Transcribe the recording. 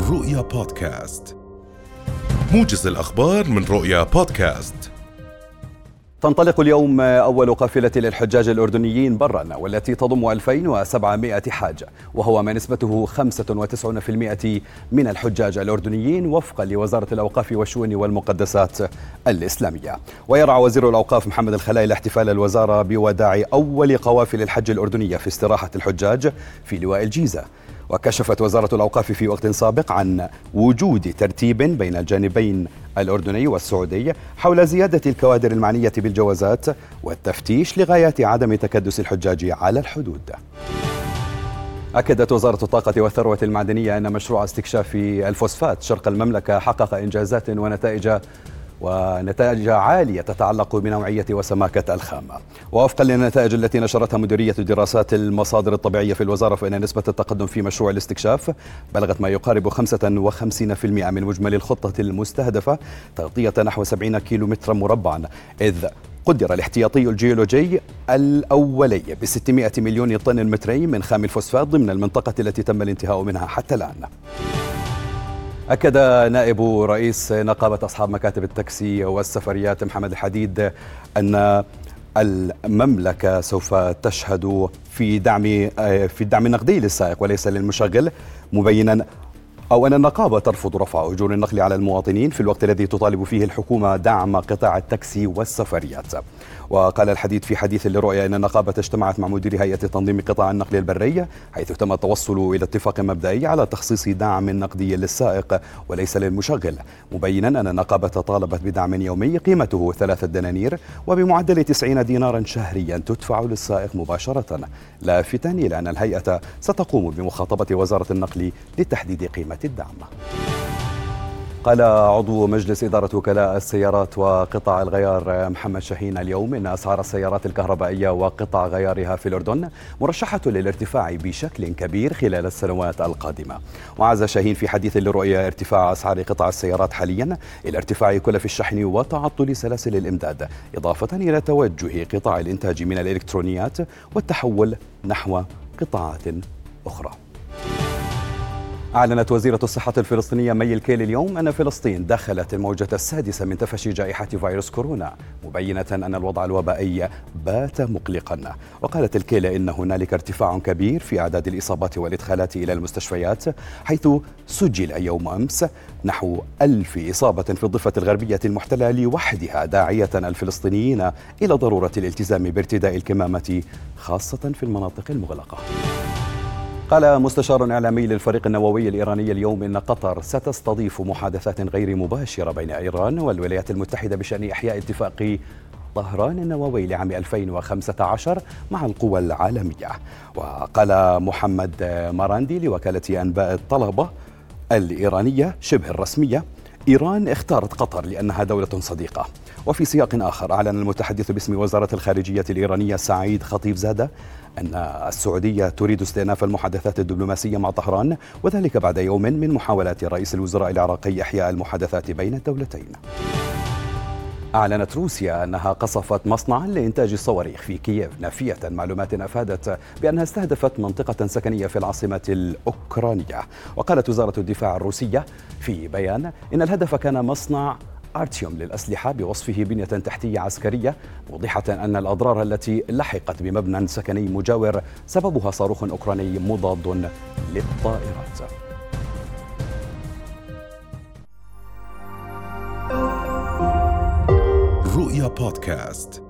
رؤيا بودكاست، موجز الأخبار من رؤيا بودكاست. تنطلق اليوم أول قافلة للحجاج الأردنيين برا، والتي تضم 2700 حاج، وهو ما نسبته 95% من الحجاج الأردنيين وفقا لوزارة الأوقاف والشؤون والمقدسات الإسلامية. ويرعى وزير الأوقاف محمد الخلائل احتفال الوزارة بوداع أول قوافل الحج الأردنية في استراحة الحجاج في لواء الجيزة. وكشفت وزارة الأوقاف في وقت سابق عن وجود ترتيب بين الجانبين الأردني والسعودي حول زيادة الكوادر المعنية بالجوازات والتفتيش لغاية عدم تكدس الحجاج على الحدود. أكدت وزارة الطاقة والثروة المعدنية أن مشروع استكشاف الفوسفات شرق المملكة حقق إنجازات ونتائج عالية تتعلق بنوعية وسماكة الخام. ووفقا للنتائج التي نشرتها مديرية دراسات المصادر الطبيعية في الوزارة، فإن نسبة التقدم في مشروع الاستكشاف بلغت ما يقارب 55% من مجمل الخطة المستهدفة، تغطية نحو 70 كيلومترا مربعا، إذ قدر الاحتياطي الجيولوجي الأولي ب600 مليون طن متري من خام الفوسفات ضمن المنطقة التي تم الانتهاء منها حتى الآن. أكد نائب رئيس نقابة أصحاب مكاتب التاكسي والسفريات محمد الحديد أن المملكة سوف تشهد في الدعم النقدي للسائق وليس للمشغل، مبينا أن النقابة ترفض رفع أجور النقل على المواطنين في الوقت الذي تطالب فيه الحكومة دعم قطاع التاكسي والسفريات. وقال الحديد في حديث لرؤيا أن النقابة اجتمعت مع مدير هيئة تنظيم قطاع النقل البري، حيث تم التوصل إلى اتفاق مبدئي على تخصيص دعم نقدي للسائق وليس للمشغل، مبينا أن النقابة طالبت بدعم يومي قيمته 3 دنانير وبمعدل 90 دينارا شهريا تدفع للسائق مباشرة، لافتا إلى أن الهيئة ستقوم بمخاطبة وزارة النقل لتحديد قيمة الدعم. قال عضو مجلس إدارة وكلاء السيارات وقطع الغيار محمد شاهين اليوم إن أسعار السيارات الكهربائية وقطع غيارها في الأردن مرشحة للارتفاع بشكل كبير خلال السنوات القادمة. وعزى شاهين في حديث للرؤيا ارتفاع أسعار قطع السيارات حاليا إلى ارتفاع كلف الشحن وتعطل سلاسل الإمداد، إضافة إلى توجه قطاع الإنتاج من الإلكترونيات والتحول نحو قطاعات أخرى. أعلنت وزيرة الصحة الفلسطينية مي الكيل اليوم أن فلسطين دخلت الموجة السادسة من تفشي جائحة فيروس كورونا، مبينة أن الوضع الوبائي بات مقلقا. وقالت الكيل إن هنالك ارتفاع كبير في أعداد الإصابات والإدخالات إلى المستشفيات، حيث سجل يوم أمس نحو 1000 إصابة في الضفة الغربية المحتلة لوحدها، داعية الفلسطينيين إلى ضرورة الالتزام بارتداء الكمامة خاصة في المناطق المغلقة. قال مستشار إعلامي للفريق النووي الإيراني اليوم إن قطر ستستضيف محادثات غير مباشرة بين إيران والولايات المتحدة بشأن إحياء اتفاق طهران النووي لعام 2015 مع القوى العالمية. وقال محمد مراندي لوكالة أنباء الطلبة الإيرانية شبه الرسمية إيران اختارت قطر لأنها دولة صديقة. وفي سياق آخر أعلن المتحدث باسم وزارة الخارجية الإيرانية سعيد خطيب زادة أن السعودية تريد استئناف المحادثات الدبلوماسية مع طهران، وذلك بعد يوم من محاولات رئيس الوزراء العراقي إحياء المحادثات بين الدولتين. أعلنت روسيا أنها قصفت مصنعا لإنتاج الصواريخ في كييف، نافية معلومات أفادت بأنها استهدفت منطقة سكنية في العاصمة الأوكرانية. وقالت وزارة الدفاع الروسية في بيان إن الهدف كان مصنع أرتيوم للأسلحة بوصفه بنية تحتية عسكرية، موضحة أن الأضرار التي لحقت بمبنى سكني مجاور سببها صاروخ أوكراني مضاد للطائرات. رؤيا بودكاست.